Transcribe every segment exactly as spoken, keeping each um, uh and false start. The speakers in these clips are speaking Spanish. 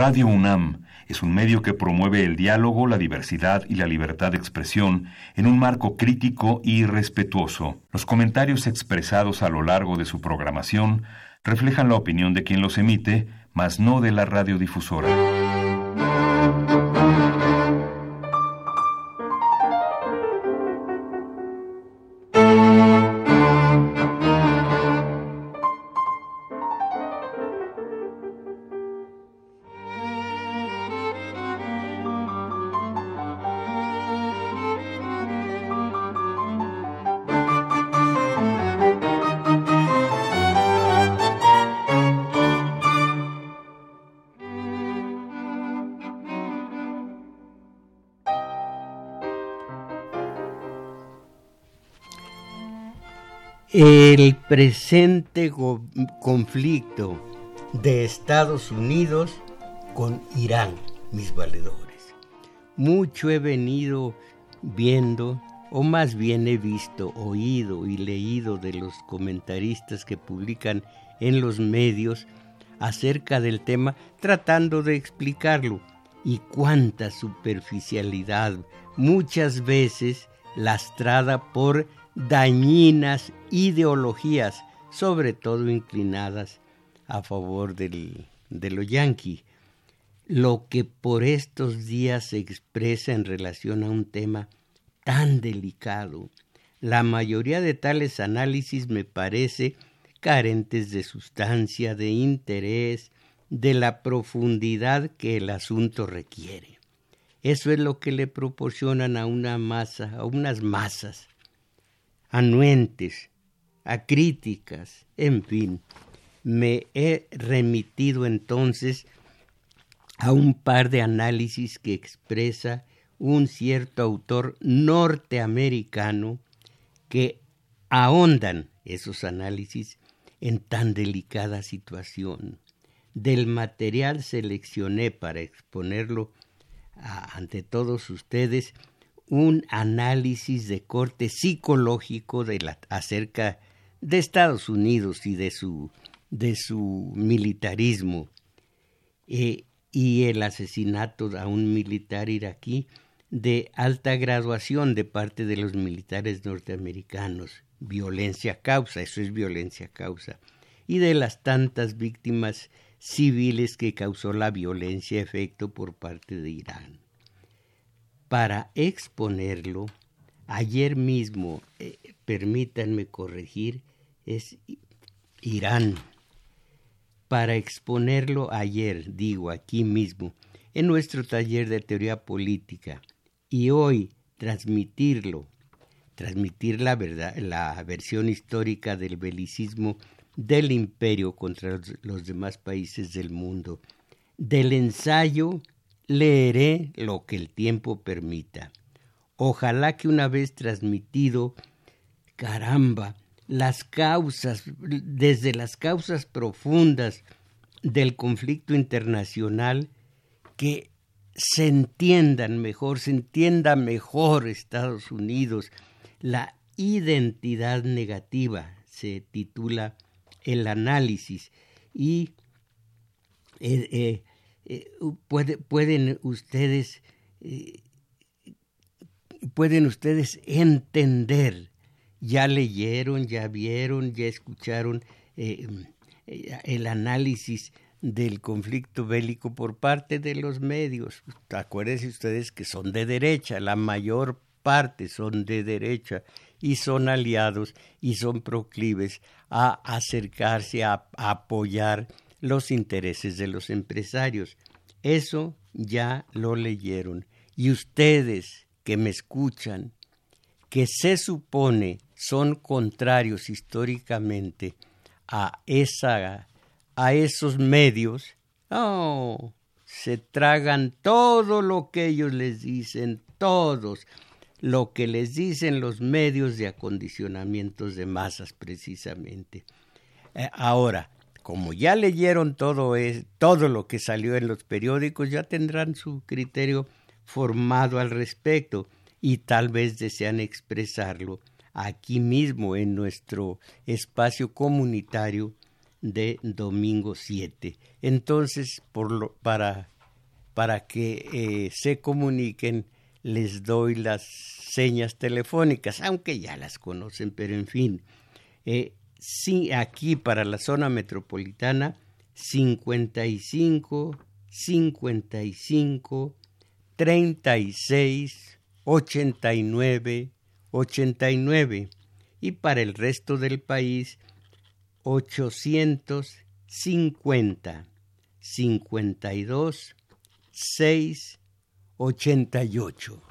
Radio UNAM es un medio que promueve el diálogo, la diversidad y la libertad de expresión en un marco crítico y respetuoso. Los comentarios expresados a lo largo de su programación reflejan la opinión de quien los emite, mas no de la radiodifusora. El presente go- conflicto de Estados Unidos con Irán, mis valedores. Mucho he venido viendo, o más bien he visto, oído y leído de los comentaristas que publican en los medios acerca del tema, tratando de explicarlo. Y cuánta superficialidad, muchas veces lastrada por dañinas ideologías, sobre todo inclinadas a favor del, de lo yanqui. Lo que por estos días se expresa en relación a un tema tan delicado, la mayoría de tales análisis me parece carentes de sustancia, de interés, de la profundidad que el asunto requiere. Eso es lo que le proporcionan a una masa, a unas masas anuentes, acríticas, en fin. Me he remitido entonces a un par de análisis que expresa un cierto autor norteamericano que ahondan esos análisis en tan delicada situación. Del material seleccioné para exponerlo a, ante todos ustedes un análisis de corte psicológico de la, acerca de Estados Unidos y de su, de su militarismo eh, y el asesinato a un militar iraquí de alta graduación de parte de los militares norteamericanos. Violencia causa, eso es violencia causa. Y de las tantas víctimas civiles que causó la violencia efecto por parte de Irán. Para exponerlo, ayer mismo, eh, permítanme corregir, es Irán. Para exponerlo ayer, digo aquí mismo, en nuestro taller de teoría política, y hoy transmitirlo, transmitir la verdad, la versión histórica del belicismo del imperio contra los, los demás países del mundo. Del ensayo leeré lo que el tiempo permita. Ojalá que una vez transmitido, caramba, las causas, desde las causas profundas del conflicto internacional, que se entiendan mejor, se entienda mejor Estados Unidos, la identidad negativa, se titula el análisis, y eh, eh, eh, puede, pueden ustedes eh, pueden ustedes entender, ya leyeron, ya vieron, ya escucharon eh, el análisis del conflicto bélico por parte de los medios. Acuérdense ustedes que son de derecha, la mayor parte son de derecha y son aliados y son proclives a acercarse a, a apoyar los intereses de los empresarios. Eso ya lo leyeron. Y ustedes que me escuchan, que se supone son contrarios históricamente a esa a esos medios, oh, se tragan todo lo que ellos les dicen, todos, lo que les dicen los medios de acondicionamientos de masas precisamente. Eh, ahora, como ya leyeron todo, es, todo lo que salió en los periódicos, ya tendrán su criterio formado al respecto y tal vez desean expresarlo aquí mismo en nuestro espacio comunitario de domingo siete. Entonces, por lo, para, para que eh, se comuniquen, les doy las señas telefónicas, aunque ya las conocen, pero en fin. Eh, sí, aquí para la zona metropolitana, cincuenta y cinco, cincuenta y cinco, treinta y seis, ochenta y nueve, ochenta y nueve. Y para el resto del país, ochocientos cincuenta, cincuenta y dos, seis, ochenta y ocho.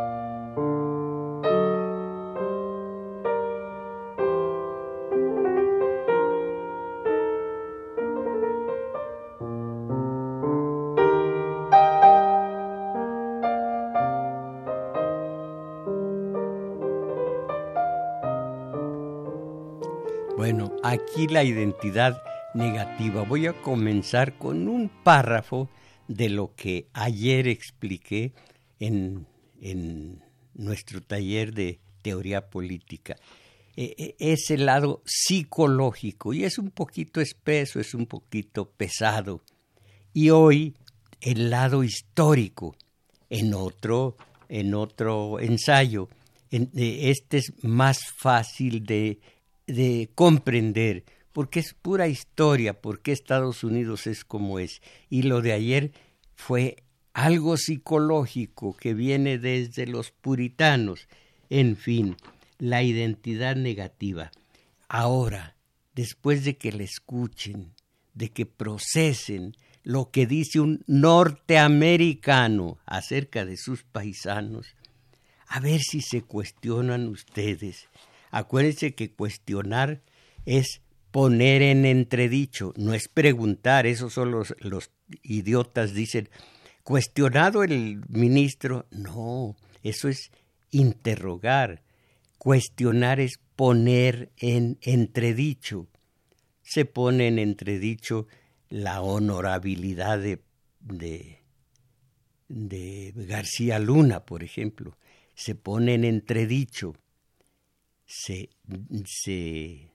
Bueno, aquí la identidad negativa. Voy a comenzar con un párrafo de lo que ayer expliqué en, en nuestro taller de teoría política. Eh, es el lado psicológico y es un poquito espeso, es un poquito pesado. Y hoy el lado histórico, en otro, en otro ensayo. En, eh, este es más fácil de de comprender, porque es pura historia, porque Estados Unidos es como es. Y lo de ayer fue algo psicológico que viene desde los puritanos. En fin, la identidad negativa. Ahora, después de que le escuchen, de que procesen lo que dice un norteamericano acerca de sus paisanos, a ver si se cuestionan ustedes. Acuérdense que cuestionar es poner en entredicho, no es preguntar. Esos son los, los idiotas, dicen, ¿cuestionado el ministro? No, eso es interrogar. Cuestionar es poner en entredicho. Se pone en entredicho la honorabilidad de, de, de García Luna, por ejemplo. Se pone en entredicho. Se, se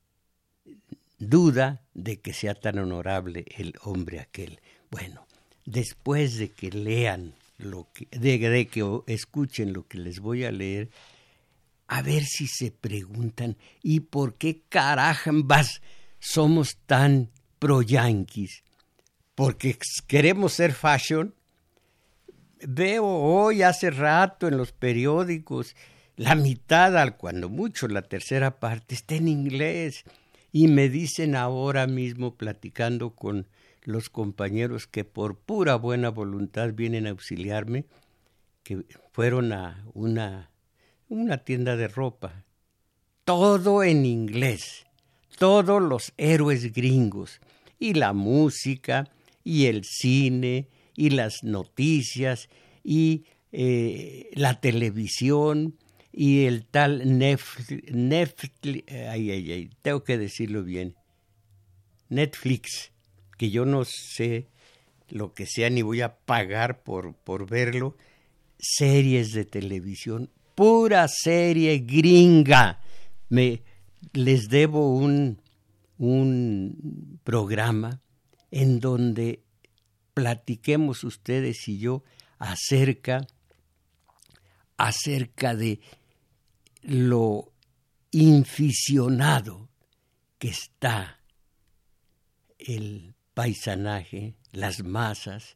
duda de que sea tan honorable el hombre aquel. Bueno, después de que lean, lo que, de, de que escuchen lo que les voy a leer, a ver si se preguntan, ¿y por qué carambas somos tan pro-yanquis? ¿Porque queremos ser fashion? Veo hoy, hace rato, en los periódicos, la mitad, al cuando mucho, la tercera parte, está en inglés. Y me dicen ahora mismo, platicando con los compañeros que por pura buena voluntad vienen a auxiliarme, que fueron a una, una tienda de ropa. Todo en inglés. Todos los héroes gringos. Y la música, y el cine, y las noticias, y eh, la televisión, y el tal Netflix, Netflix ay, ay, ay, tengo que decirlo bien, Netflix, que yo no sé lo que sea ni voy a pagar por, por verlo, series de televisión, pura serie gringa. Me, les debo un, un programa en donde platiquemos ustedes y yo acerca, acerca de lo inficionado que está el paisanaje, las masas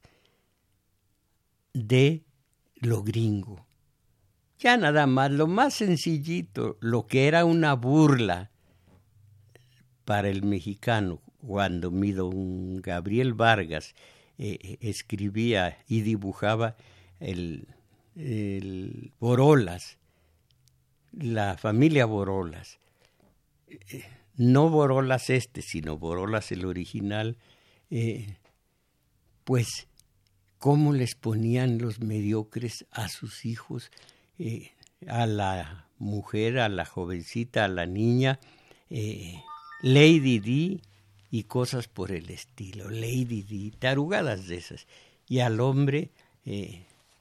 de lo gringo. Ya nada más, lo más sencillito, lo que era una burla para el mexicano, cuando mi don Gabriel Vargas eh, escribía y dibujaba el, el Borolas, la familia Borolas, eh, no Borolas este, sino Borolas el original, eh, pues cómo les ponían los mediocres a sus hijos, eh, a la mujer, a la jovencita, a la niña, eh, Lady Di y cosas por el estilo, Lady Di, tarugadas de esas, y al hombre, eh,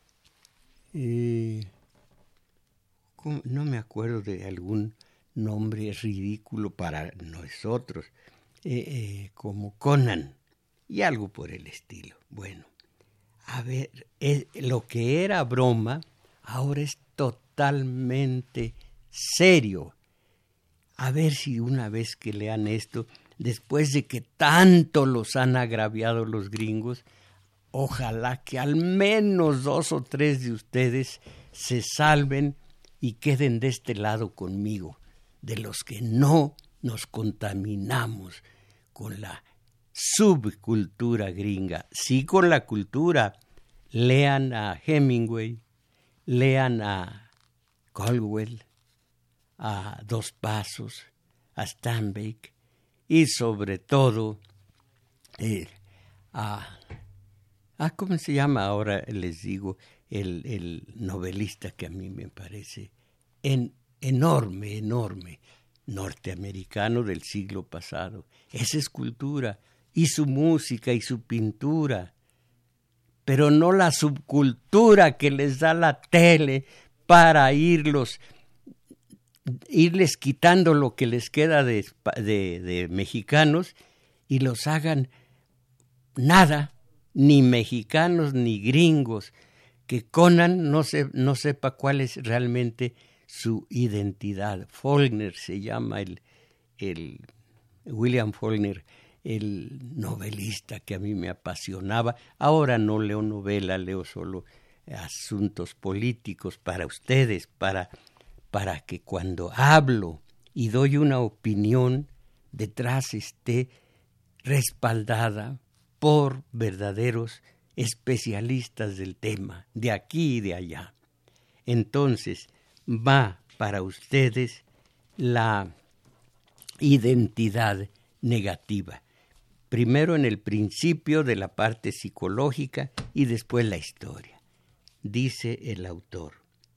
eh, no me acuerdo de algún nombre ridículo para nosotros, eh, eh, como Conan y algo por el estilo. Bueno, a ver, es, lo que era broma ahora es totalmente serio. A ver si una vez que lean esto, después de que tanto los han agraviado los gringos, ojalá que al menos dos o tres de ustedes se salven y queden de este lado conmigo, de los que no nos contaminamos con la subcultura gringa, sí con la cultura. Lean a Hemingway, lean a Caldwell, a Dos Pasos, a Steinbeck y sobre todo eh, a, a, ¿cómo se llama ahora? Les digo, el, el novelista que a mí me parece en, enorme, enorme, norteamericano del siglo pasado. Esa es cultura, y su música y su pintura, pero no la subcultura que les da la tele para irlos, irles quitando lo que les queda de, de, de mexicanos y los hagan nada, ni mexicanos ni gringos, que Conan no, se, no sepa cuál es realmente su identidad. Faulkner se llama el, el William Faulkner, el novelista que a mí me apasionaba. Ahora no leo novela, leo solo asuntos políticos para ustedes, para, para que cuando hablo y doy una opinión, detrás esté respaldada por verdaderos especialistas del tema, de aquí y de allá. Entonces, va para ustedes la identidad negativa. Primero en el principio de la parte psicológica y después la historia. Dice el autor: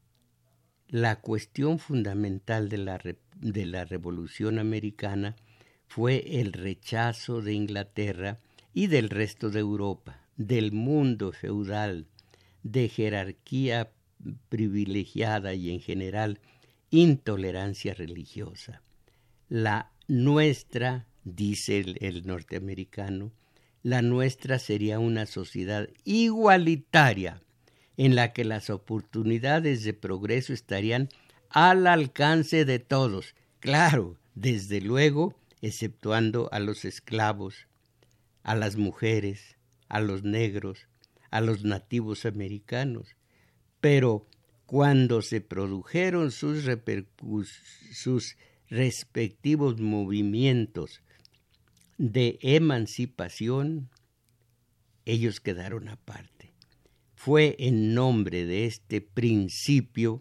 la cuestión fundamental de la, de la Revolución Americana fue el rechazo de Inglaterra y del resto de Europa, del mundo feudal, de jerarquía privilegiada y en general intolerancia religiosa. La nuestra, dice el, el norteamericano, la nuestra sería una sociedad igualitaria en la que las oportunidades de progreso estarían al alcance de todos, claro, desde luego, exceptuando a los esclavos, a las mujeres, a los negros, a los nativos americanos. Pero cuando se produjeron sus, repercus- sus respectivos movimientos de emancipación, ellos quedaron aparte. Fue en nombre de este principio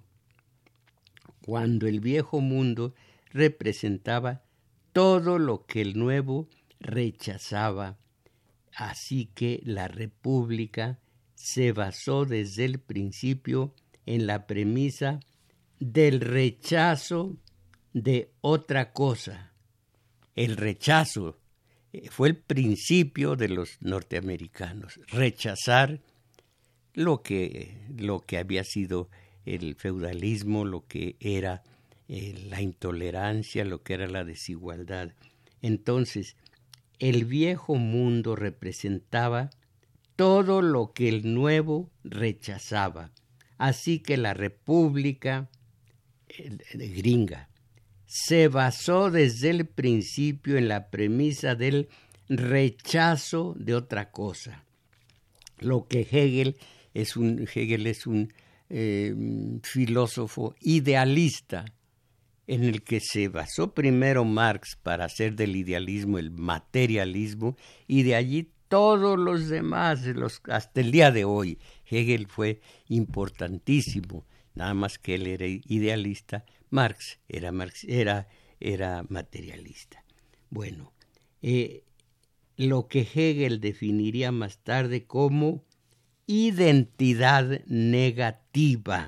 cuando el viejo mundo representaba todo lo que el nuevo rechazaba. Así que la República se basó desde el principio en la premisa del rechazo de otra cosa. El rechazo fue el principio de los norteamericanos, rechazar lo que, lo que había sido el feudalismo, lo que era eh, la intolerancia, lo que era la desigualdad. Entonces, el viejo mundo representaba todo lo que el nuevo rechazaba. Así que la República eh, gringa se basó desde el principio en la premisa del rechazo de otra cosa. Lo que Hegel es un, Hegel es un eh, filósofo idealista, en el que se basó primero Marx para hacer del idealismo el materialismo, y de allí todos los demás, los, hasta el día de hoy. Hegel fue importantísimo, nada más que él era idealista, Marx era, Marx, era, era materialista. Bueno, eh, lo que Hegel definiría más tarde como identidad negativa.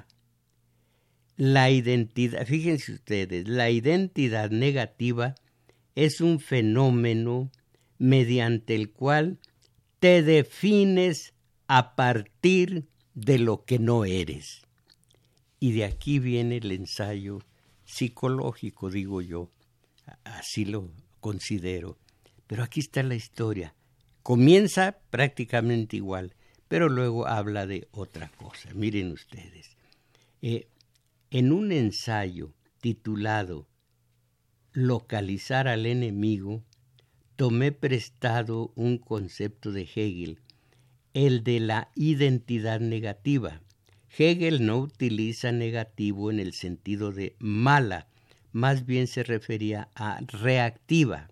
La identidad, fíjense ustedes, la identidad negativa es un fenómeno mediante el cual te defines a partir de lo que no eres. Y de aquí viene el ensayo psicológico, digo yo, así lo considero. Pero aquí está la historia. Comienza prácticamente igual, pero luego habla de otra cosa. Miren ustedes, eh, en un ensayo titulado Localizar al enemigo, tomé prestado un concepto de Hegel, el de la identidad negativa. Hegel no utiliza negativo en el sentido de mala, más bien se refería a reactiva.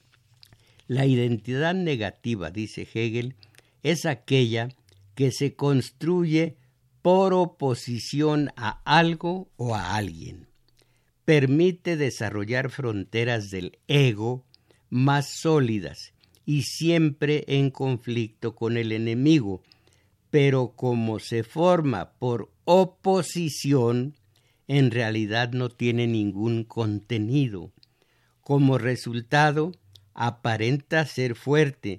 La identidad negativa, dice Hegel, es aquella que se construye por oposición a algo o a alguien. Permite desarrollar fronteras del ego más sólidas y siempre en conflicto con el enemigo, pero como se forma por oposición, en realidad no tiene ningún contenido. Como resultado, aparenta ser fuerte,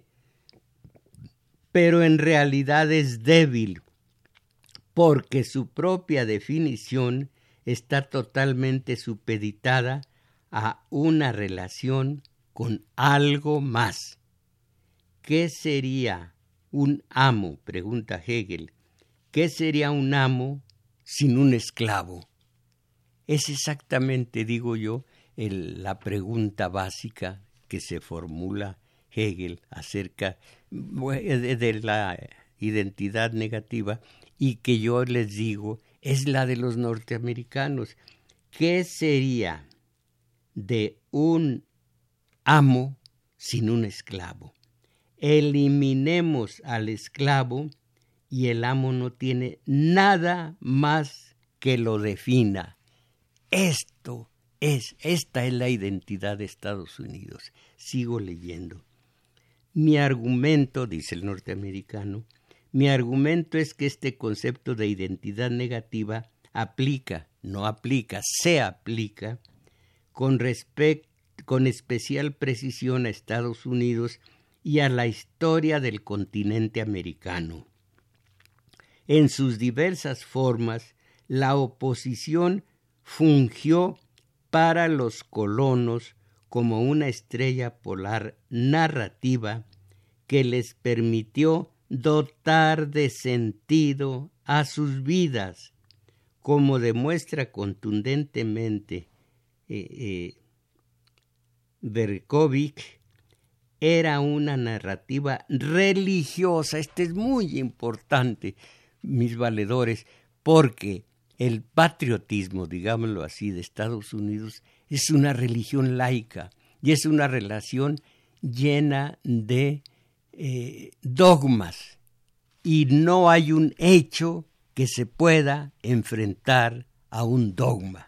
pero en realidad es débil, porque su propia definición está totalmente supeditada a una relación con algo más. ¿Qué sería un amo?, pregunta Hegel. ¿Qué sería un amo sin un esclavo? Es exactamente, digo yo, el, la pregunta básica que se formula Hegel acerca de, de la identidad negativa y que yo les digo es la de los norteamericanos. ¿Qué sería de un amo sin un esclavo? Eliminemos al esclavo y el amo no tiene nada más que lo defina. Esto es, esta es la identidad de Estados Unidos. Sigo leyendo. Mi argumento, dice el norteamericano, mi argumento es que este concepto de identidad negativa aplica, no aplica, se aplica con respecto, con especial precisión a Estados Unidos y a la historia del continente americano. En sus diversas formas, la oposición fungió para los colonos como una estrella polar narrativa que les permitió dotar de sentido a sus vidas, como demuestra contundentemente eh, eh, Berkovich. Era una narrativa religiosa. Este es muy importante, mis valedores, porque el patriotismo, digámoslo así, de Estados Unidos es una religión laica y es una relación llena de eh, dogmas, y no hay un hecho que se pueda enfrentar a un dogma.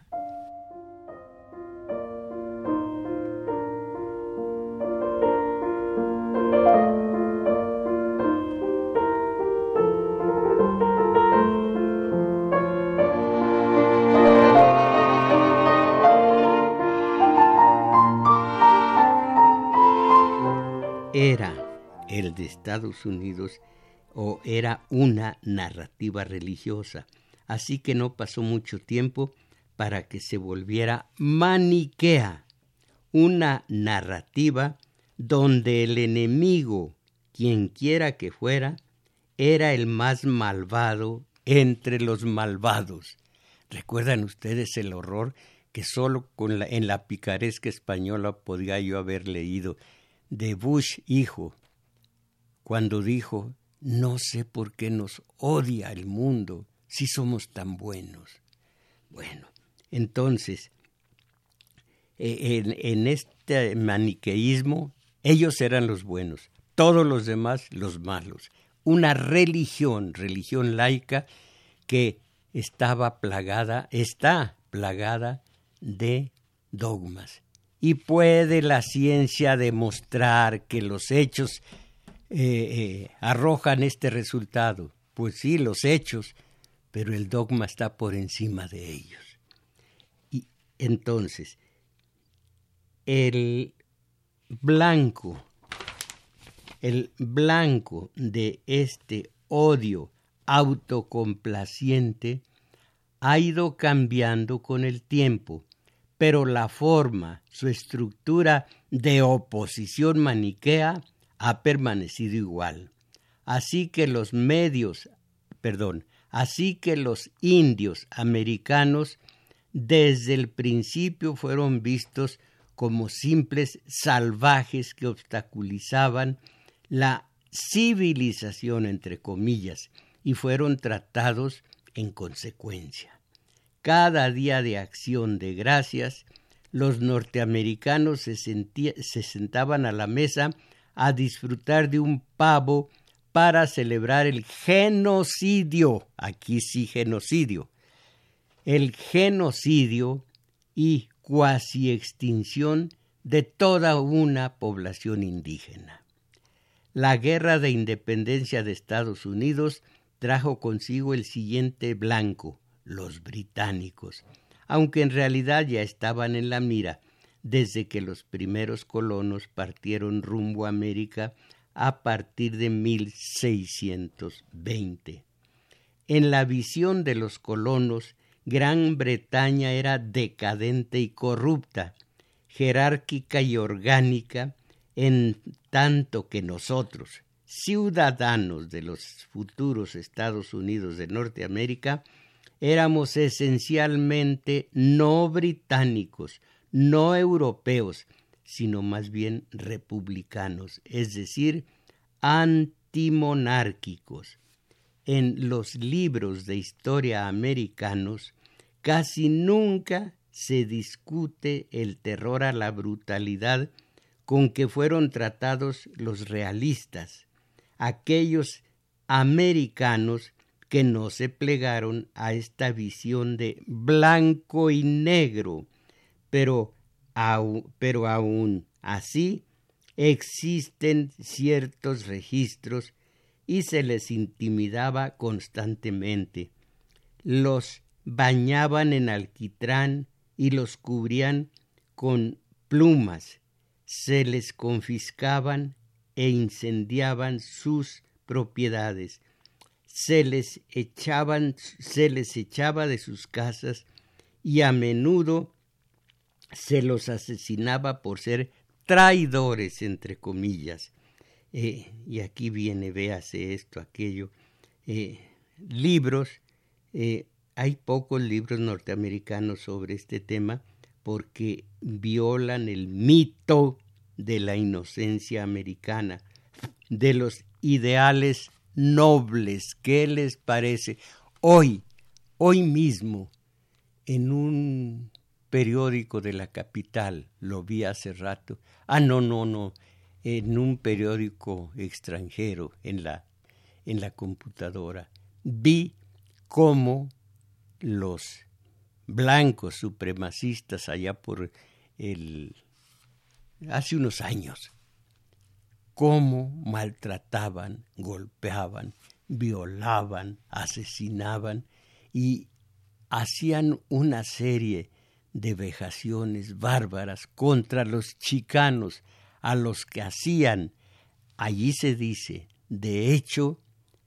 Era el de Estados Unidos o era una narrativa religiosa, así que no pasó mucho tiempo para que se volviera maniquea, una narrativa donde el enemigo, quien quiera que fuera, era el más malvado entre los malvados. ¿Recuerdan ustedes el horror que solo con la, en la picaresca española podía yo haber leído de Bush hijo, cuando dijo: no sé por qué nos odia el mundo si somos tan buenos? Bueno, entonces, en, en este maniqueísmo, ellos eran los buenos, todos los demás los malos. Una religión, religión laica que estaba plagada, está plagada de dogmas. Y puede la ciencia demostrar que los hechos eh, eh, arrojan este resultado. Pues sí, los hechos, pero el dogma está por encima de ellos. Y entonces, el blanco, el blanco de este odio autocomplaciente ha ido cambiando con el tiempo, pero la forma, su estructura de oposición maniquea ha permanecido igual. Así que los medios, perdón, así que los indios americanos desde el principio fueron vistos como simples salvajes que obstaculizaban la civilización, entre comillas, y fueron tratados en consecuencia. Cada día de acción de gracias, los norteamericanos se, sentía, se sentaban a la mesa a disfrutar de un pavo para celebrar el genocidio, aquí sí genocidio, el genocidio y cuasi extinción de toda una población indígena. La guerra de independencia de Estados Unidos trajo consigo el siguiente blanco, los británicos, aunque en realidad ya estaban en la mira desde que los primeros colonos partieron rumbo a América a partir de mil seiscientos veinte. En la visión de los colonos, Gran Bretaña era decadente y corrupta, jerárquica y orgánica, en tanto que nosotros, ciudadanos de los futuros Estados Unidos de Norteamérica, éramos esencialmente no británicos, no europeos, sino más bien republicanos, es decir, antimonárquicos. En los libros de historia americanos casi nunca se discute el terror a la brutalidad con que fueron tratados los realistas, aquellos americanos que no se plegaron a esta visión de blanco y negro, pero, au, pero aún así existen ciertos registros y se les intimidaba constantemente. Los bañaban en alquitrán y los cubrían con plumas, se les confiscaban e incendiaban sus propiedades, se les echaban, se les echaba de sus casas y a menudo se los asesinaba por ser traidores, entre comillas. Eh, y aquí viene, véase esto, aquello, eh, libros, eh, hay pocos libros norteamericanos sobre este tema porque violan el mito de la inocencia americana, de los ideales nobles. ¿Qué les parece? Hoy, hoy mismo, en un periódico de la capital, lo vi hace rato, ah, no, no, no, en un periódico extranjero, en la, en la computadora, vi cómo los blancos supremacistas allá por el, hace unos años, cómo maltrataban, golpeaban, violaban, asesinaban y hacían una serie de vejaciones bárbaras contra los chicanos, a los que hacían, allí se dice, de hecho,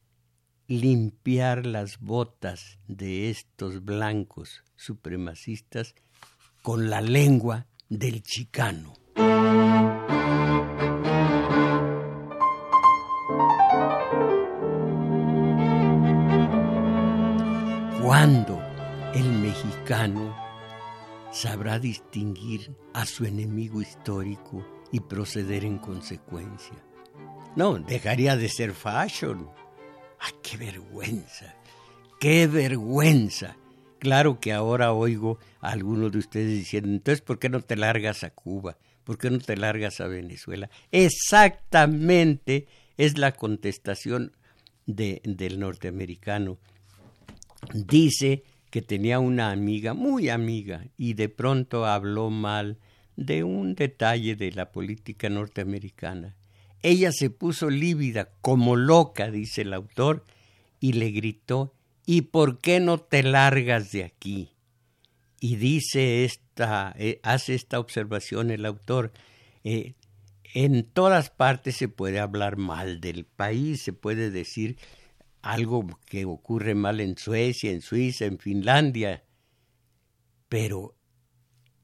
limpiar las botas de estos blancos supremacistas con la lengua del chicano. ¿Cuándo el mexicano sabrá distinguir a su enemigo histórico y proceder en consecuencia? No, dejaría de ser fashion. ¡Ay, qué vergüenza! ¡Qué vergüenza! Claro que ahora oigo a algunos de ustedes diciendo, entonces, ¿por qué no te largas a Cuba? ¿Por qué no te largas a Venezuela? Exactamente es la contestación de, del norteamericano. Dice que tenía una amiga, muy amiga, y de pronto habló mal de un detalle de la política norteamericana. Ella se puso lívida, como loca, dice el autor, y le gritó, ¿y por qué no te largas de aquí? Y dice esta, eh, hace esta observación el autor, eh, en todas partes se puede hablar mal del país, se puede decir algo que ocurre mal en Suecia, en Suiza, en Finlandia, pero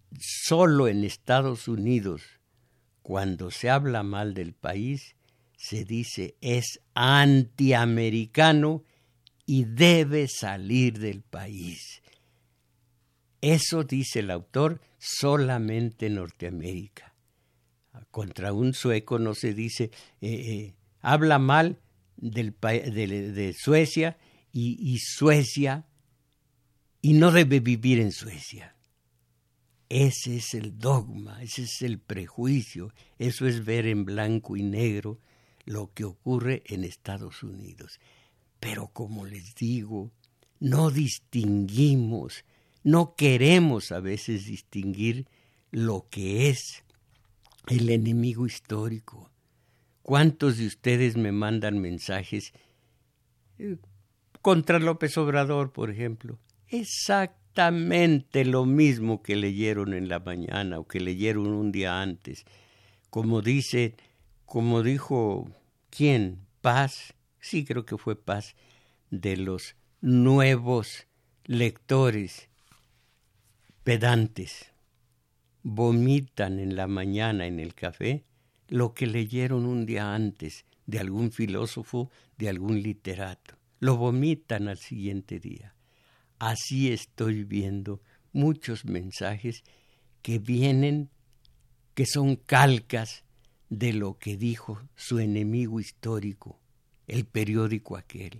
solo en Estados Unidos, cuando se habla mal del país, se dice es antiamericano y debe salir del país. Eso dice el autor solamente en Norteamérica. Contra un sueco no se dice, eh, eh, habla mal del de, de Suecia y, y Suecia y no debe vivir en Suecia. Ese es el dogma, ese es el prejuicio, eso es ver en blanco y negro lo que ocurre en Estados Unidos. Pero como les digo, no distinguimos, no queremos a veces distinguir lo que es el enemigo histórico. ¿Cuántos de ustedes me mandan mensajes eh, contra López Obrador, por ejemplo? Exactamente lo mismo que leyeron en la mañana o que leyeron un día antes. Como dice, como dijo, ¿quién? Paz, sí creo que fue Paz, de los nuevos lectores pedantes. Vomitan en la mañana en el café lo que leyeron un día antes de algún filósofo, de algún literato. Lo vomitan al siguiente día. Así estoy viendo muchos mensajes que vienen, que son calcas de lo que dijo su enemigo histórico, el periódico aquel.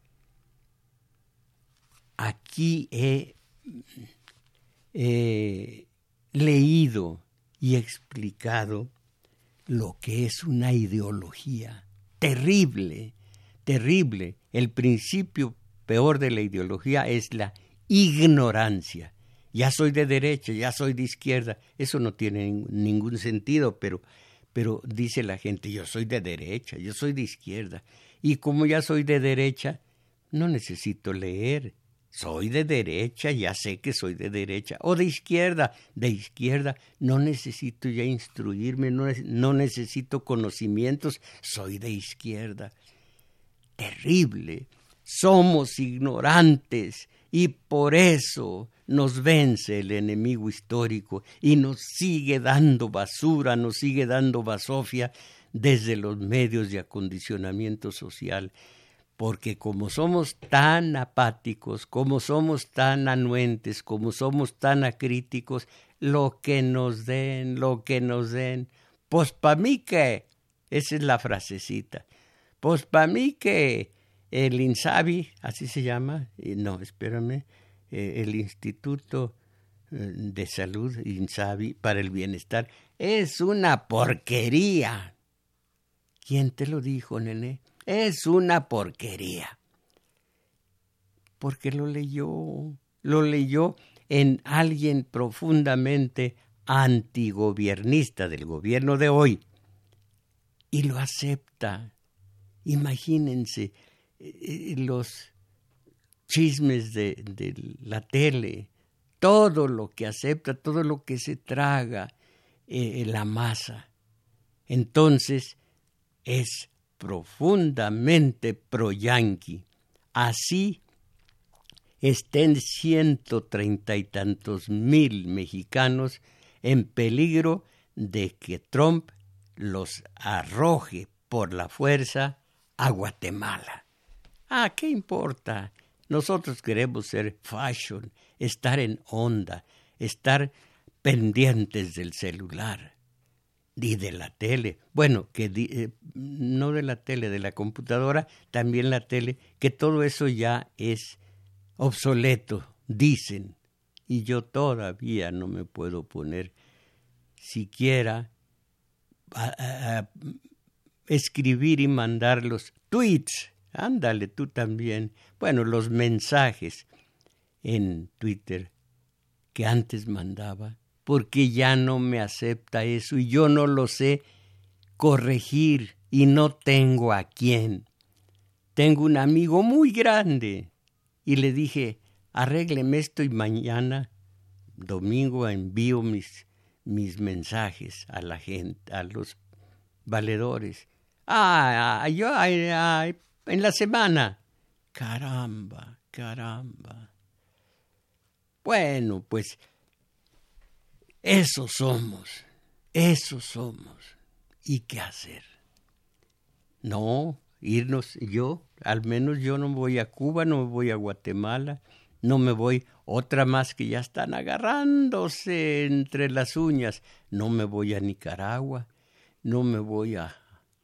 Aquí he eh, leído y explicado lo que es una ideología terrible, terrible. El principio peor de la ideología es la ignorancia. Ya soy de derecha, ya soy de izquierda. Eso no tiene ningún sentido, pero, pero dice la gente, yo soy de derecha, yo soy de izquierda. Y como ya soy de derecha, no necesito leer. Soy de derecha, ya sé que soy de derecha. O de izquierda, de izquierda. No necesito ya instruirme, no, no necesito conocimientos. Soy de izquierda. Terrible. Somos ignorantes y por eso nos vence el enemigo histórico y nos sigue dando basura, nos sigue dando basofia desde los medios de acondicionamiento social. Porque como somos tan apáticos, como somos tan anuentes, como somos tan acríticos, lo que nos den, lo que nos den, pues pa' mí que, esa es la frasecita, pues pa' mí que el INSABI, así se llama, no, espérame, eh, el Instituto de Salud, INSABI, para el Bienestar, es una porquería. ¿Quién te lo dijo, nene? Es una porquería. Porque lo leyó, lo leyó en alguien profundamente antigobiernista del gobierno de hoy. Y lo acepta. Imagínense eh, los chismes de, de la tele, todo lo que acepta, todo lo que se traga, eh, la masa. Entonces es profundamente pro-yanqui. Así estén ciento treinta y tantos mil mexicanos en peligro de que Trump los arroje por la fuerza a Guatemala. Ah, ¿qué importa? Nosotros queremos ser fashion, estar en onda, estar pendientes del celular y de la tele. Bueno, que eh, no de la tele, de la computadora, también la tele, que todo eso ya es obsoleto, dicen. Y yo todavía no me puedo poner siquiera a, a, a escribir y mandar los tweets. Ándale, tú también. Bueno, los mensajes en Twitter que antes mandaba, porque ya no me acepta eso y yo no lo sé corregir y no tengo a quién. Tengo un amigo muy grande y le dije, arrégleme esto y mañana, domingo, envío mis, mis mensajes a la gente, a los valedores. Ah, yo ay, ay, en la semana. Caramba, caramba. Bueno, pues Eso somos, eso somos. ¿Y qué hacer? No, irnos, yo, al menos yo no voy a Cuba, no me voy a Guatemala, no me voy, otra más que ya están agarrándose entre las uñas, no me voy a Nicaragua, no me voy a,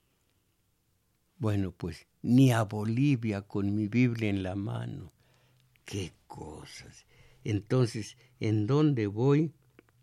bueno, pues, ni a Bolivia con mi Biblia en la mano. ¡Qué cosas! Entonces, ¿en dónde voy?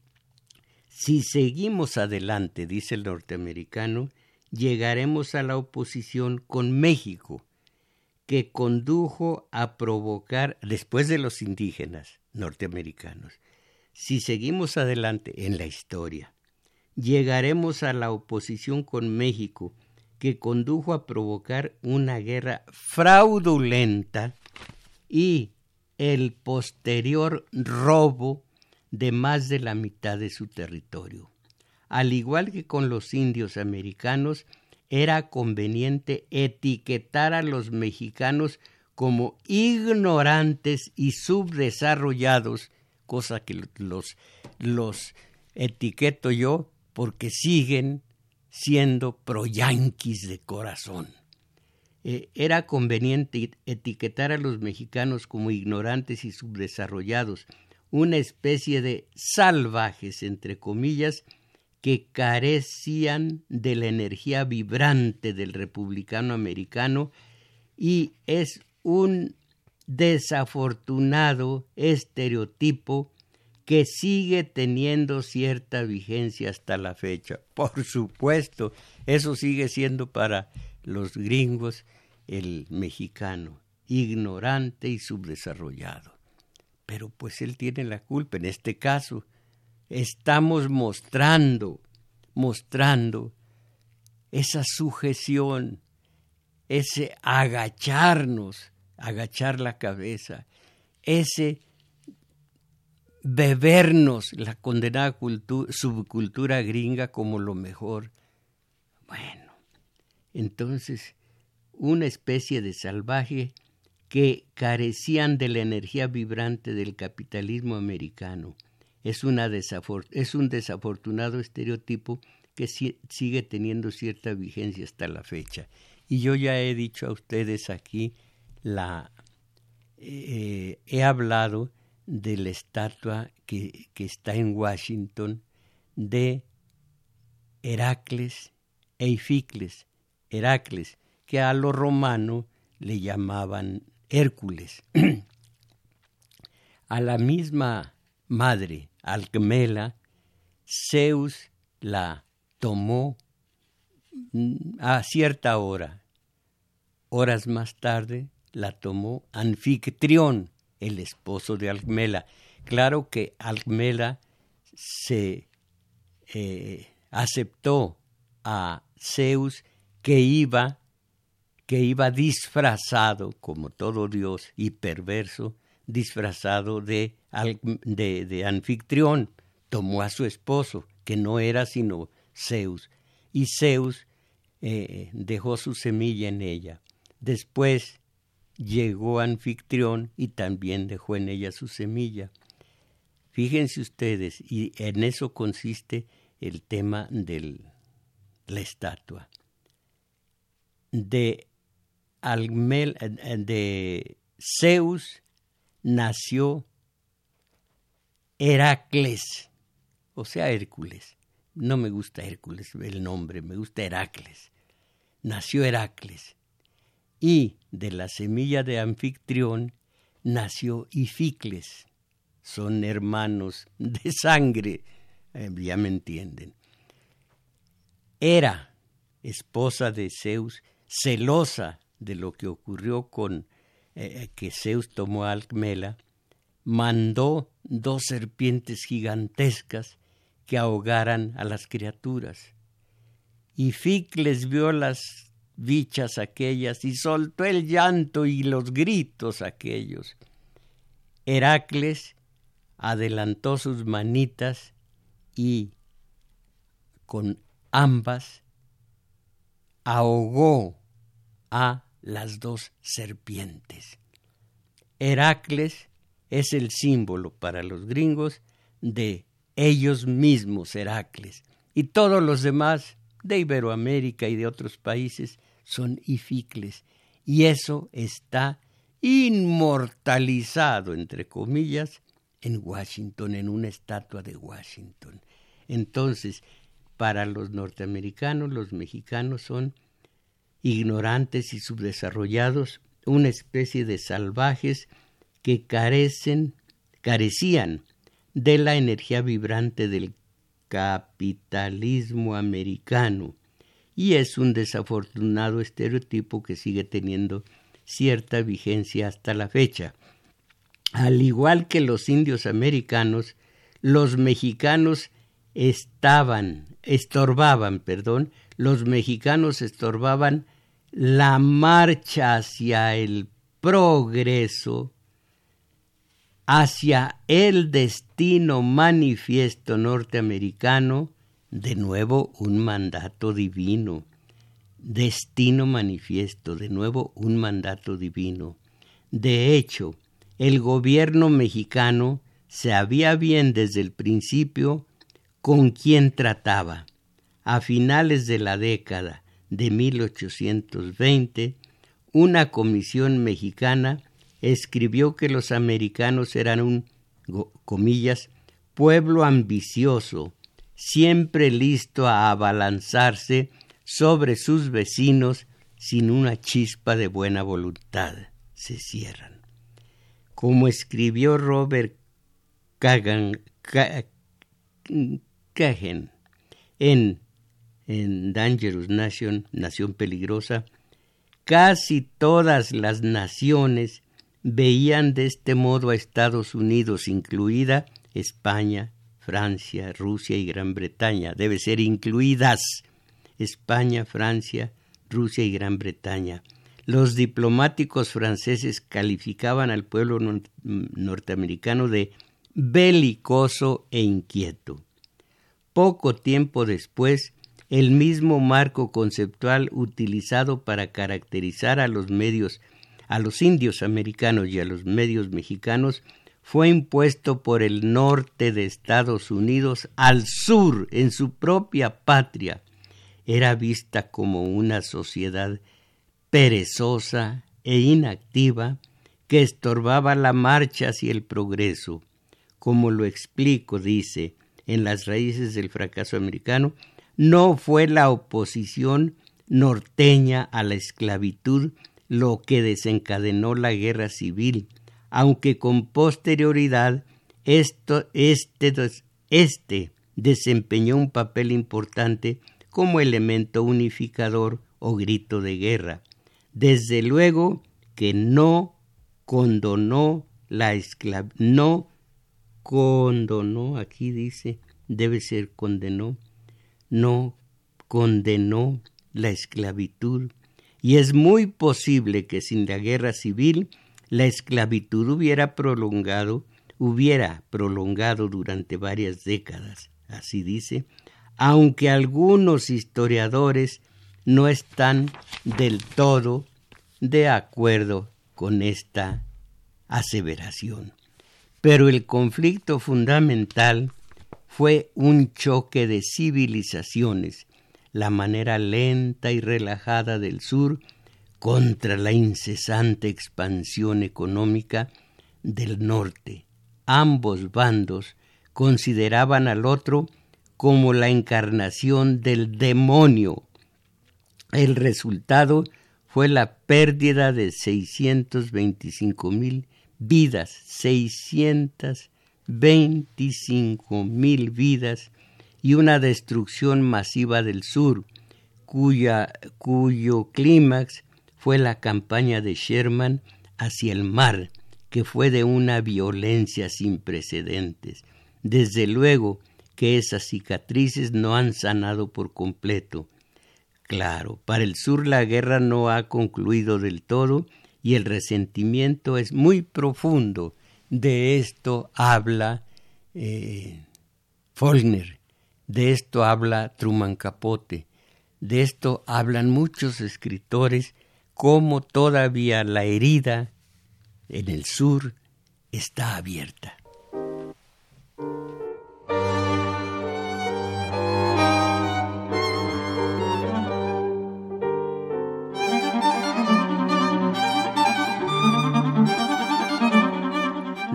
Si seguimos adelante, dice el norteamericano, llegaremos a la oposición con México, que condujo a provocar, después de los indígenas norteamericanos, si seguimos adelante en la historia, llegaremos a la oposición con México, que condujo a provocar una guerra fraudulenta y el posterior robo de más de la mitad de su territorio. Al igual que con los indios americanos, era conveniente etiquetar a los mexicanos como ignorantes y subdesarrollados, cosa que los, los etiqueto yo porque siguen siendo proyanquis de corazón. Eh, era conveniente etiquetar a los mexicanos como ignorantes y subdesarrollados, una especie de salvajes, entre comillas, que carecían de la energía vibrante del republicano americano, y es un desafortunado estereotipo que sigue teniendo cierta vigencia hasta la fecha. Por supuesto, eso sigue siendo para los gringos el mexicano, ignorante y subdesarrollado. Pero pues él tiene la culpa. En este caso, estamos mostrando, mostrando esa sujeción, ese agacharnos, agachar la cabeza, ese bebernos la condenada cultura, subcultura gringa como lo mejor. Bueno, entonces, una especie de salvaje que carecían de la energía vibrante del capitalismo americano. Es, una desafor- es un desafortunado estereotipo que si- sigue teniendo cierta vigencia hasta la fecha. Y yo ya he dicho a ustedes aquí, la, eh, he hablado de la estatua que, que está en Washington de Heracles e Ificles. Heracles, que a lo romano le llamaban Hércules. A la misma madre, Alcmela, Zeus la tomó a cierta hora. Horas más tarde la tomó Anfitrión, el esposo de Alcmela. Claro que Alcmela se eh, aceptó a Zeus que iba, que iba disfrazado, como todo dios, y perverso, disfrazado de, de, de Anfitrión. Tomó a su esposo, que no era sino Zeus, y Zeus eh, dejó su semilla en ella. Después llegó Anfitrión y también dejó en ella su semilla. Fíjense ustedes, y en eso consiste el tema de la estatua. De, Almel, de Zeus nació Heracles, o sea, Hércules. No me gusta Hércules el nombre, me gusta Heracles. Nació Heracles. Y de la semilla de Anfitrión nació Ificles. Son hermanos de sangre, eh, ya me entienden. Hera, esposa de Zeus, celosa de lo que ocurrió con eh, que Zeus tomó a Alcmela, mandó dos serpientes gigantescas que ahogaran a las criaturas. Ificles vio las bichas aquellas y soltó el llanto y los gritos aquellos. Heracles adelantó sus manitas y con ambas ahogó a las dos serpientes. Heracles es el símbolo para los gringos de ellos mismos, Heracles, y todos los demás de Iberoamérica y de otros países son ificles, y eso está inmortalizado, entre comillas, en Washington, en una estatua de Washington. Entonces, para los norteamericanos, los mexicanos son ignorantes y subdesarrollados, una especie de salvajes que carecen, carecían de la energía vibrante del capitalismo americano, y es un desafortunado estereotipo que sigue teniendo cierta vigencia hasta la fecha. Al igual que los indios americanos, los mexicanos estaban, estorbaban, perdón, los mexicanos estorbaban la marcha hacia el progreso, hacia el destino manifiesto norteamericano, de nuevo un mandato divino. Destino manifiesto, de nuevo un mandato divino. De hecho, el gobierno mexicano sabía bien desde el principio con quién trataba. A finales de la década de mil ochocientos veinte, una comisión mexicana escribió que los americanos eran un, comillas, pueblo ambicioso, siempre listo a abalanzarse sobre sus vecinos sin una chispa de buena voluntad. Se cierran. Como escribió Robert Kagan, Kagan en, en Dangerous Nation, Nación Peligrosa, casi todas las naciones veían de este modo a Estados Unidos, incluida España, Francia, Rusia y Gran Bretaña. Debe ser incluidas España, Francia, Rusia y Gran Bretaña. Los diplomáticos franceses calificaban al pueblo norteamericano de belicoso e inquieto. Poco tiempo después, el mismo marco conceptual utilizado para caracterizar a los medios, a los indios americanos y a los medios mexicanos fue impuesto por el norte de Estados Unidos al sur, en su propia patria. Era vista como una sociedad perezosa e inactiva que estorbaba la marcha hacia el progreso. Como lo explico, dice, en Las raíces del fracaso americano, no fue la oposición norteña a la esclavitud lo que desencadenó la guerra civil, aunque con posterioridad esto, este, este desempeñó un papel importante como elemento unificador o grito de guerra. Desde luego que no condonó la esclavitud, no condonó, aquí dice, debe ser condenó, no condenó la esclavitud, y es muy posible que sin la guerra civil la esclavitud hubiera prolongado, hubiera prolongado durante varias décadas, así dice, aunque algunos historiadores no están del todo de acuerdo con esta aseveración. Pero el conflicto fundamental fue un choque de civilizaciones, la manera lenta y relajada del sur contra la incesante expansión económica del norte. Ambos bandos consideraban al otro como la encarnación del demonio. El resultado fue la pérdida de seiscientos veinticinco mil vidas, seiscientos veinticinco mil vidas y una destrucción masiva del sur, cuya, cuyo clímax fue la campaña de Sherman hacia el mar, que fue de una violencia sin precedentes. Desde luego que esas cicatrices no han sanado por completo. Claro, para el sur la guerra no ha concluido del todo y el resentimiento es muy profundo. De esto habla eh, Faulkner, de esto habla Truman Capote, de esto hablan muchos escritores, cómo todavía la herida en el sur está abierta.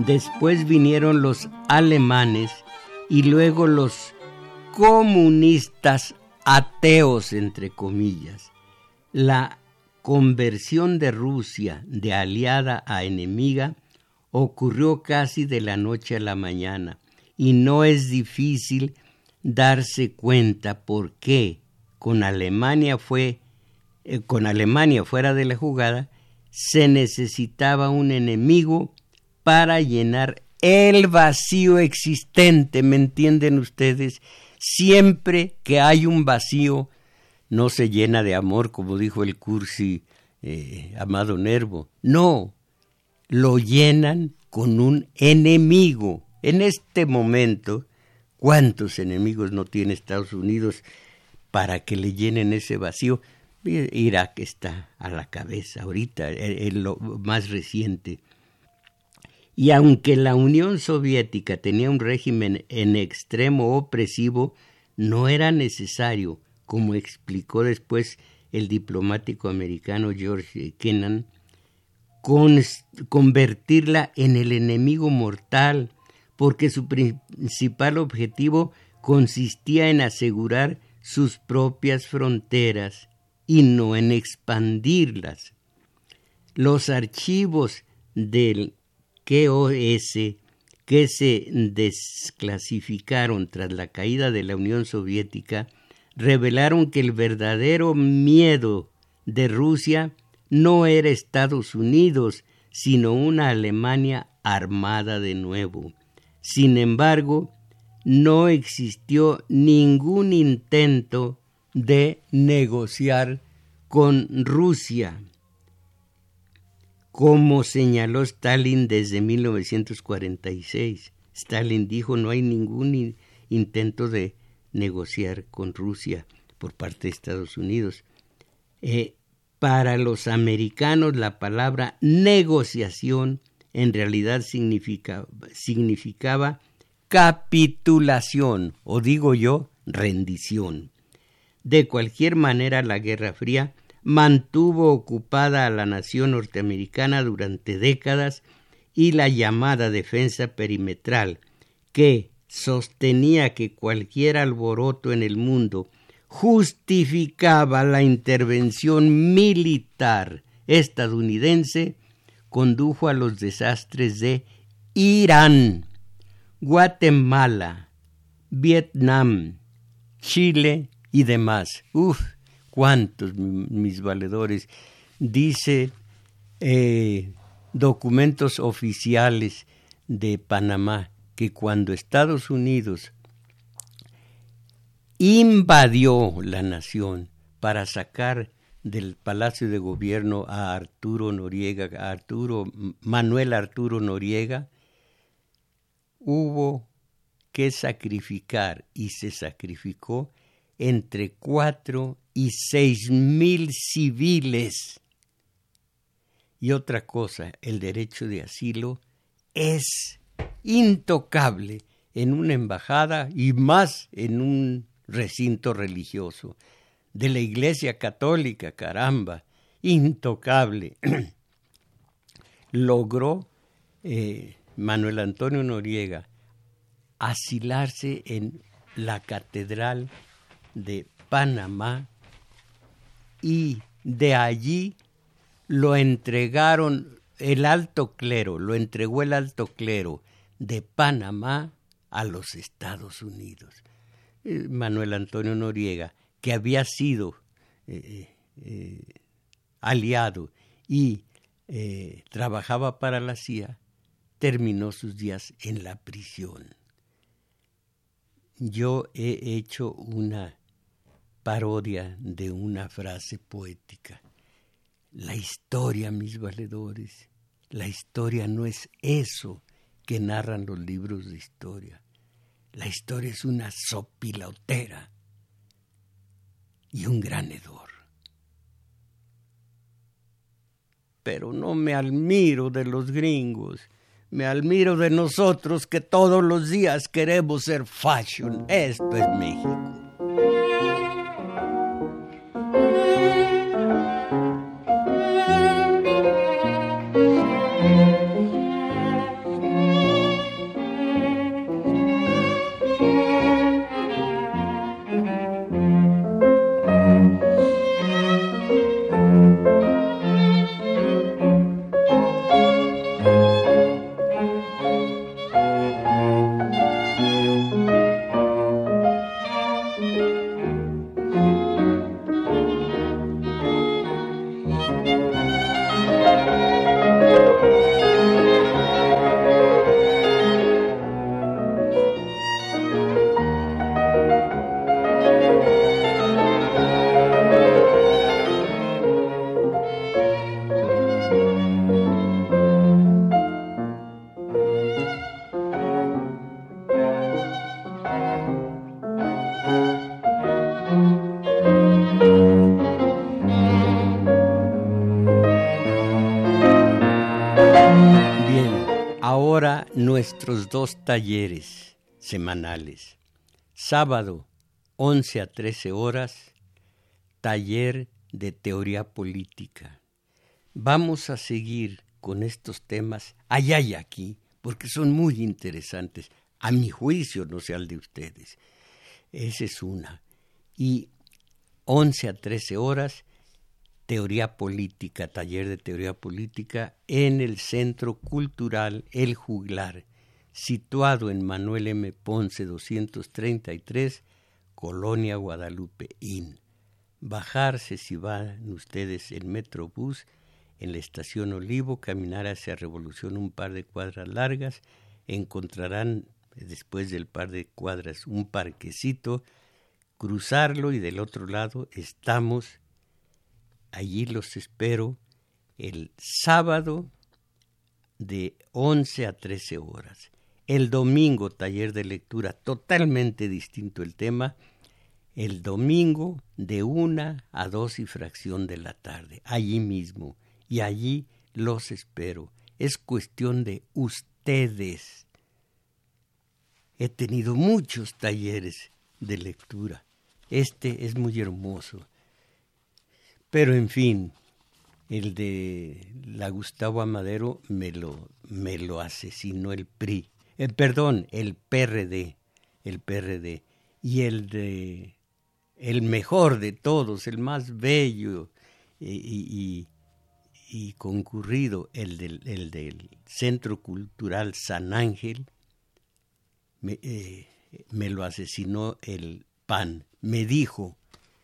después vinieron los alemanes y luego los comunistas ateos, entre comillas. La conversión de Rusia de aliada a enemiga ocurrió casi de la noche a la mañana y no es difícil darse cuenta por qué con Alemania fue eh, con Alemania fuera de la jugada se necesitaba un enemigo para llenar el vacío existente. ¿Me entienden ustedes? Siempre que hay un vacío no se llena de amor, como dijo el cursi eh, Amado Nervo. No, lo llenan con un enemigo. En este momento, ¿cuántos enemigos no tiene Estados Unidos para que le llenen ese vacío? Irak está a la cabeza ahorita, es lo más reciente. Y aunque la Unión Soviética tenía un régimen en extremo opresivo, no era necesario, como explicó después el diplomático americano George Kennan, con, convertirla en el enemigo mortal, porque su principal objetivo consistía en asegurar sus propias fronteras y no en expandirlas. Los archivos del K O S que se desclasificaron tras la caída de la Unión Soviética revelaron que el verdadero miedo de Rusia no era Estados Unidos, sino una Alemania armada de nuevo. Sin embargo, no existió ningún intento de negociar con Rusia, como señaló Stalin desde mil novecientos cuarenta y seis. Stalin dijo: no hay ningún in- intento de negociar con Rusia por parte de Estados Unidos. Eh, para los americanos la palabra negociación en realidad significa, significaba capitulación, o digo yo, rendición. De cualquier manera, la Guerra Fría mantuvo ocupada a la nación norteamericana durante décadas y la llamada defensa perimetral, que sostenía que cualquier alboroto en el mundo justificaba la intervención militar estadounidense, condujo a los desastres de Irán, Guatemala, Vietnam, Chile y demás. Uf, cuántos, mis valedores. Dice eh, documentos oficiales de Panamá que cuando Estados Unidos invadió la nación para sacar del Palacio de Gobierno a Arturo Noriega, a Arturo, Manuel Arturo Noriega, hubo que sacrificar, y se sacrificó, entre cuatro y seis mil civiles. Y otra cosa, el derecho de asilo es intocable en una embajada y más en un recinto religioso de la Iglesia Católica, caramba, intocable. Logró eh, Manuel Antonio Noriega asilarse en la Catedral de Panamá y de allí lo entregaron el alto clero, lo entregó el alto clero de Panamá a los Estados Unidos. Eh, Manuel Antonio Noriega, que había sido eh, eh, aliado y eh, trabajaba para la C I A, terminó sus días en la prisión. Yo he hecho una parodia de una frase poética. La historia, mis valedores, la historia no es eso que narran los libros de historia. La historia es una sopilotera y un gran hedor. Pero no me admiro de los gringos, me admiro de nosotros que todos los días queremos ser fashion. Esto es México. Bien, ahora nuestros dos talleres semanales. Sábado, once a trece horas, taller de teoría política. Vamos a seguir con estos temas allá y aquí, porque son muy interesantes. A mi juicio, no sé al de ustedes. Esa es una. Y once a trece horas, teoría política, taller de teoría política en el Centro Cultural El Juglar, situado en Manuel M. Ponce doscientos treinta y tres, Colonia Guadalupe Inn. Bajarse si van ustedes en Metrobús, en la estación Olivo, caminar hacia Revolución un par de cuadras largas, encontrarán después del par de cuadras un parquecito, cruzarlo y del otro lado estamos. Allí los espero el sábado de once a trece horas. El domingo, taller de lectura, totalmente distinto el tema. El domingo de una a dos y fracción de la tarde, allí mismo. Y allí los espero. Es cuestión de ustedes. He tenido muchos talleres de lectura. Este es muy hermoso. Pero en fin, el de la Gustavo Amadero me lo, me lo asesinó el P R I. Eh, perdón, el P R D. El P R D. Y el de el mejor de todos, el más bello y, y, y concurrido, el del, el del Centro Cultural San Ángel, me, eh, me lo asesinó el P A N. Me dijo,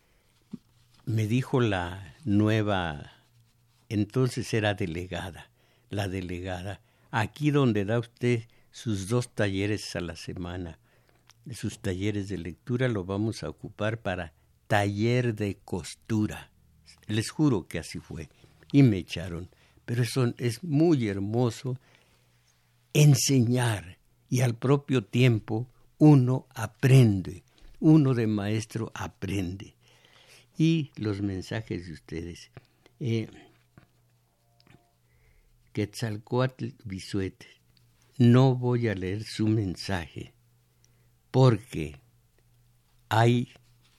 me dijo la nueva, entonces era delegada, la delegada, aquí donde da usted sus dos talleres a la semana, sus talleres de lectura lo vamos a ocupar para taller de costura. Les juro que así fue. Y me echaron. Pero eso es muy hermoso enseñar y al propio tiempo uno aprende. Uno de maestro aprende. Y los mensajes de ustedes. Eh, Quetzalcóatl Bisuet, no voy a leer su mensaje porque hay,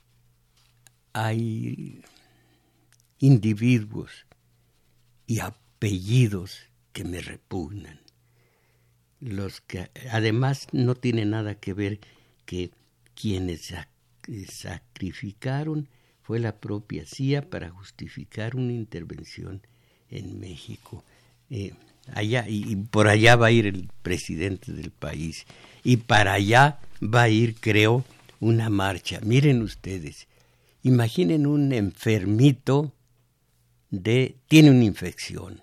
hay individuos y apellidos que me repugnan. Los que además no tiene nada que ver que quienes sacrificaron fue la propia C I A para justificar una intervención en México. Eh, allá y, y por allá va a ir el presidente del país y para allá va a ir, creo, una marcha. Miren ustedes, imaginen un enfermito de tiene una infección,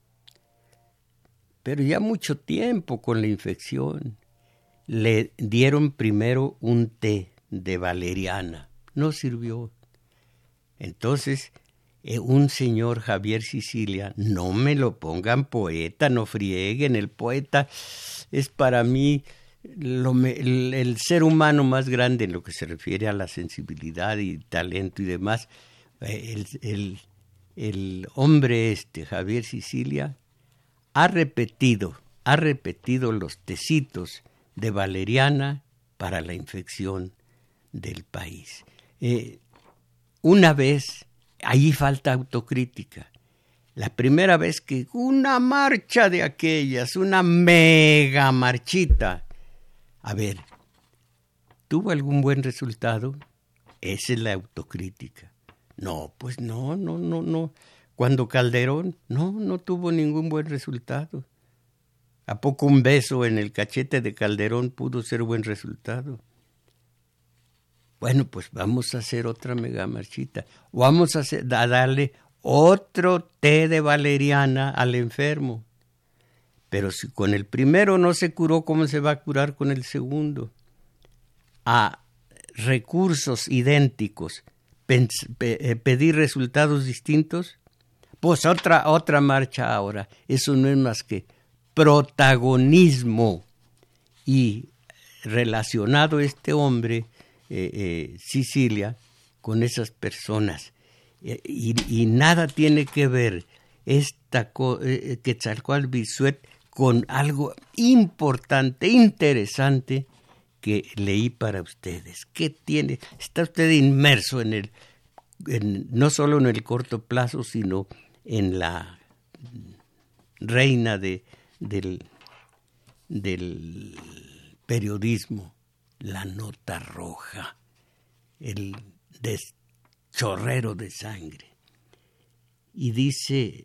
pero ya mucho tiempo con la infección. Le dieron primero un té de valeriana, no sirvió. Entonces eh, un señor Javier Sicilia, no me lo pongan poeta, no frieguen, el poeta es para mí lo me, el, el ser humano más grande en lo que se refiere a la sensibilidad y talento y demás. Eh, el, el, el hombre este, Javier Sicilia, ha repetido, ha repetido los tecitos de valeriana para la infección del país. Eh, una vez, ahí falta autocrítica, la primera vez que una marcha de aquellas, una mega marchita, a ver, ¿tuvo algún buen resultado? Esa es la autocrítica. No, pues no, no, no, no. Cuando Calderón, no, no tuvo ningún buen resultado. ¿A poco un beso en el cachete de Calderón pudo ser buen resultado? Bueno, pues vamos a hacer otra mega marchita. Vamos a, hacer, a darle otro té de valeriana al enfermo. Pero si con el primero no se curó, ¿cómo se va a curar con el segundo? A recursos idénticos, pens- pe- eh, pedir resultados distintos. Pues otra, otra marcha ahora. Eso no es más que protagonismo. Y relacionado este hombre, eh, eh, Sicilia, con esas personas. Eh, y, y nada tiene que ver esta co- eh, Quetzalcóatl Bisuet con algo importante, interesante que leí para ustedes. ¿Qué tiene? Está usted inmerso en el, en, no solo en el corto plazo, sino en la reina de, del, del periodismo, la nota roja, el deschorrero de sangre. Y dice,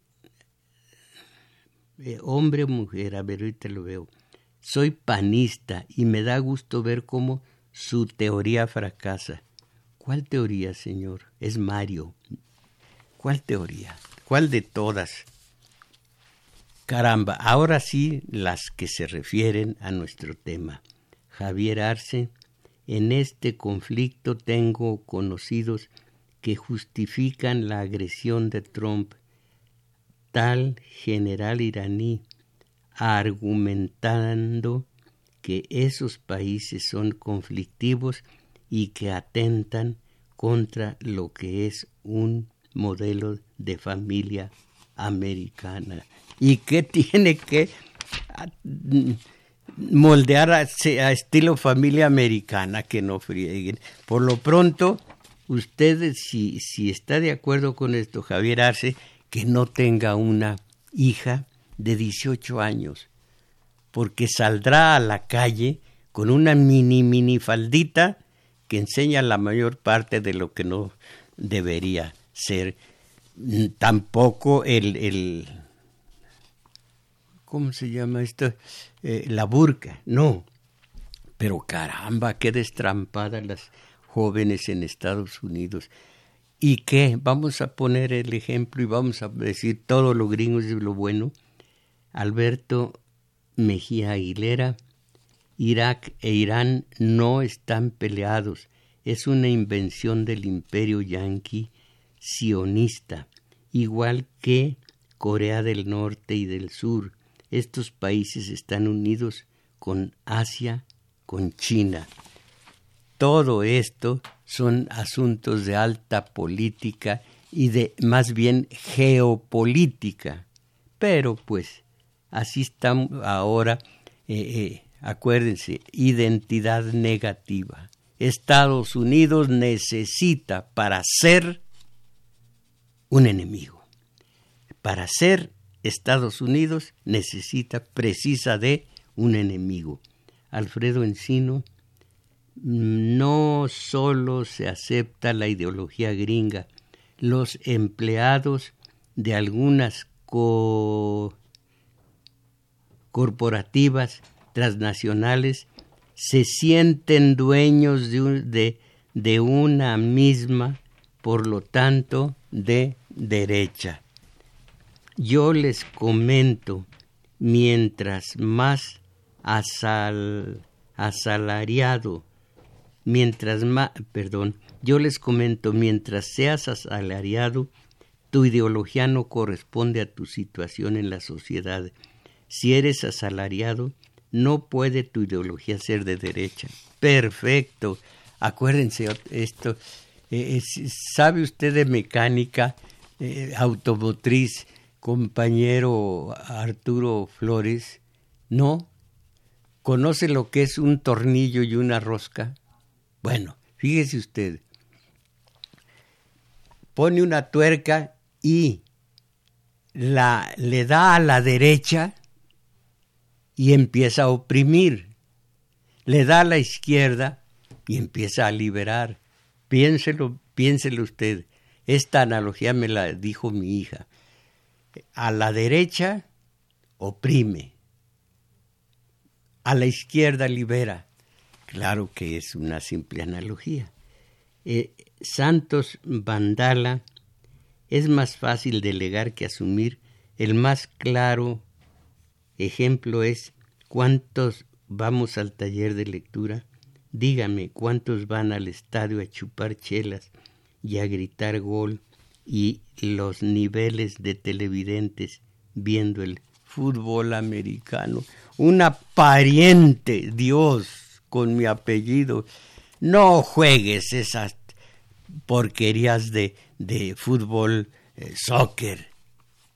eh, hombre o mujer, a ver, ahorita lo veo, soy panista y me da gusto ver cómo su teoría fracasa. ¿Cuál teoría, señor? Es Mario. ¿Cuál teoría? ¿Cuál de todas? Caramba, ahora sí las que se refieren a nuestro tema. Javier Arce, en este conflicto tengo conocidos que justifican la agresión de Trump, tal general iraní, argumentando que esos países son conflictivos y que atentan contra lo que es un modelo de familia americana. ¿Y qué tiene que moldear a, a estilo familia americana? Que no frieguen. Por lo pronto, ustedes, si, si está de acuerdo con esto, Javier Arce, que no tenga una hija de dieciocho años, porque saldrá a la calle con una mini mini faldita que enseña la mayor parte de lo que no debería ser. Tampoco el, el ¿cómo se llama esto? Eh, la burka, no. Pero caramba, qué destrampadas las jóvenes en Estados Unidos. ¿Y qué? Vamos a poner el ejemplo y vamos a decir todo lo gringo es lo bueno. Alberto Mejía Aguilera, Irak e Irán no están peleados. Es una invención del imperio yanqui sionista, igual que Corea del Norte y del Sur. Estos países están unidos con Asia, con China. Todo esto son asuntos de alta política y de más bien geopolítica. Pero pues así estamos ahora, eh, eh, acuérdense, identidad negativa. Estados Unidos necesita para ser un enemigo. Para ser Estados Unidos necesita, precisa de un enemigo. Alfredo Encino, no solo se acepta la ideología gringa, los empleados de algunas co- corporativas transnacionales se sienten dueños de, un, de, de una misma, por lo tanto, de derecha. Yo les comento, mientras más asal, asalariado, mientras más, perdón, yo les comento, mientras seas asalariado, tu ideología no corresponde a tu situación en la sociedad. Si eres asalariado, no puede tu ideología ser de derecha. Perfecto. Acuérdense esto. Eh, ¿Sabe usted de mecánica eh, automotriz, compañero Arturo Flores? ¿No? ¿Conoce lo que es un tornillo y una rosca? Bueno, fíjese usted. Pone una tuerca y la, le da a la derecha y empieza a oprimir. Le da a la izquierda y empieza a liberar. Piénselo, piénselo usted. Esta analogía me la dijo mi hija. A la derecha oprime, a la izquierda libera. Claro que es una simple analogía. Eh, Santos Vandala, es más fácil delegar que asumir. El más claro ejemplo es ¿cuántos vamos al taller de lectura? Dígame, ¿cuántos van al estadio a chupar chelas y a gritar gol? Y los niveles de televidentes viendo el fútbol americano. Una pariente, Dios, con mi apellido. No juegues esas porquerías de, de fútbol, eh, soccer.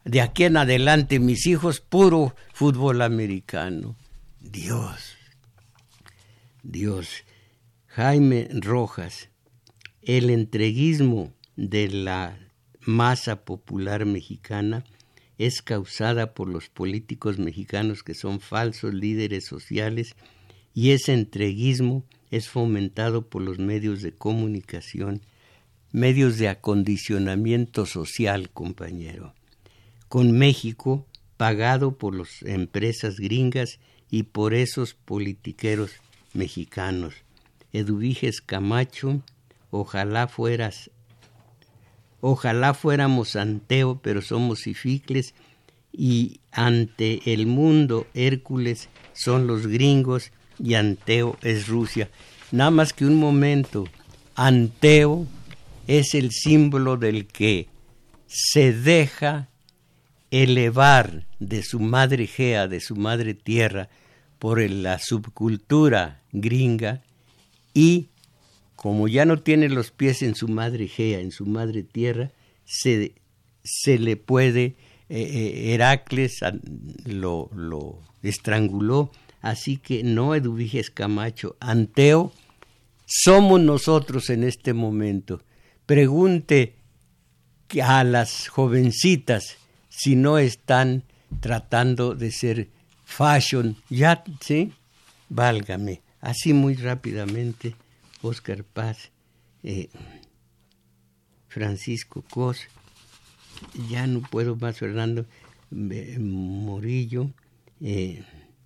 de aquí en adelante mis hijos puro fútbol americano. Dios, Dios. Jaime Rojas, el entreguismo de la masa popular mexicana es causada por los políticos mexicanos que son falsos líderes sociales, y ese entreguismo es fomentado por los medios de comunicación, medios de acondicionamiento social, compañero, con México pagado por las empresas gringas y por esos politiqueros mexicanos. Eduviges Camacho, ojalá fueras, ojalá fuéramos Anteo, pero somos Cificles, y ante el mundo Hércules son los gringos y Anteo es Rusia. Nada más que un momento, Anteo es el símbolo del que se deja elevar de su madre Gea, de su madre tierra, por la subcultura gringa, y como ya no tiene los pies en su madre Gea, en su madre tierra, se, se le puede, eh, Heracles lo, lo estranguló, así que no Eduviges Camacho, Anteo somos nosotros en este momento. Pregunte a las jovencitas si no están tratando de ser fashion, ya, ¿sí? Válgame. Así muy rápidamente, Óscar Paz, eh, Francisco Cos, ya no puedo más, Fernando eh, Morillo, eh,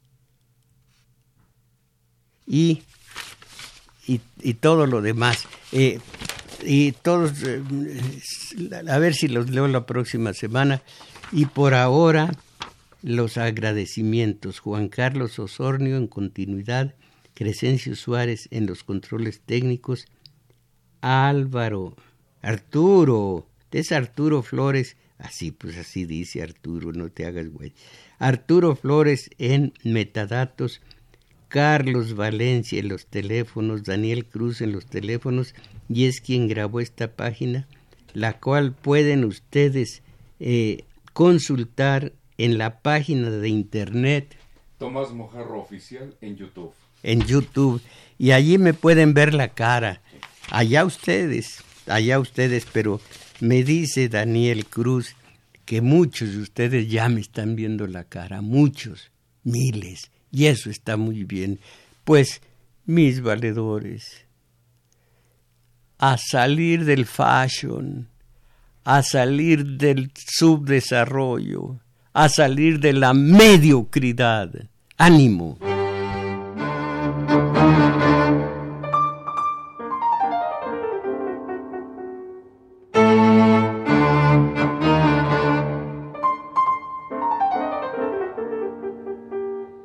y, y, y todo lo demás. Eh, y todos, eh, a ver si los leo la próxima semana. Y por ahora, los agradecimientos. Juan Carlos Osornio en continuidad, Crescencio Suárez en los controles técnicos, Álvaro, Arturo, es Arturo Flores, así pues así dice Arturo, no te hagas güey, Arturo Flores en metadatos, Carlos Valencia en los teléfonos, Daniel Cruz en los teléfonos, y es quien grabó esta página, la cual pueden ustedes eh, consultar en la página de internet Tomás Mojarro Oficial en YouTube. En YouTube, y allí me pueden ver la cara. Allá ustedes, allá ustedes, pero me dice Daniel Cruz que muchos de ustedes ya me están viendo la cara, muchos, miles, y eso está muy bien. Pues, mis valedores, a salir del fashion, a salir del subdesarrollo, a salir de la mediocridad. ¡Ánimo!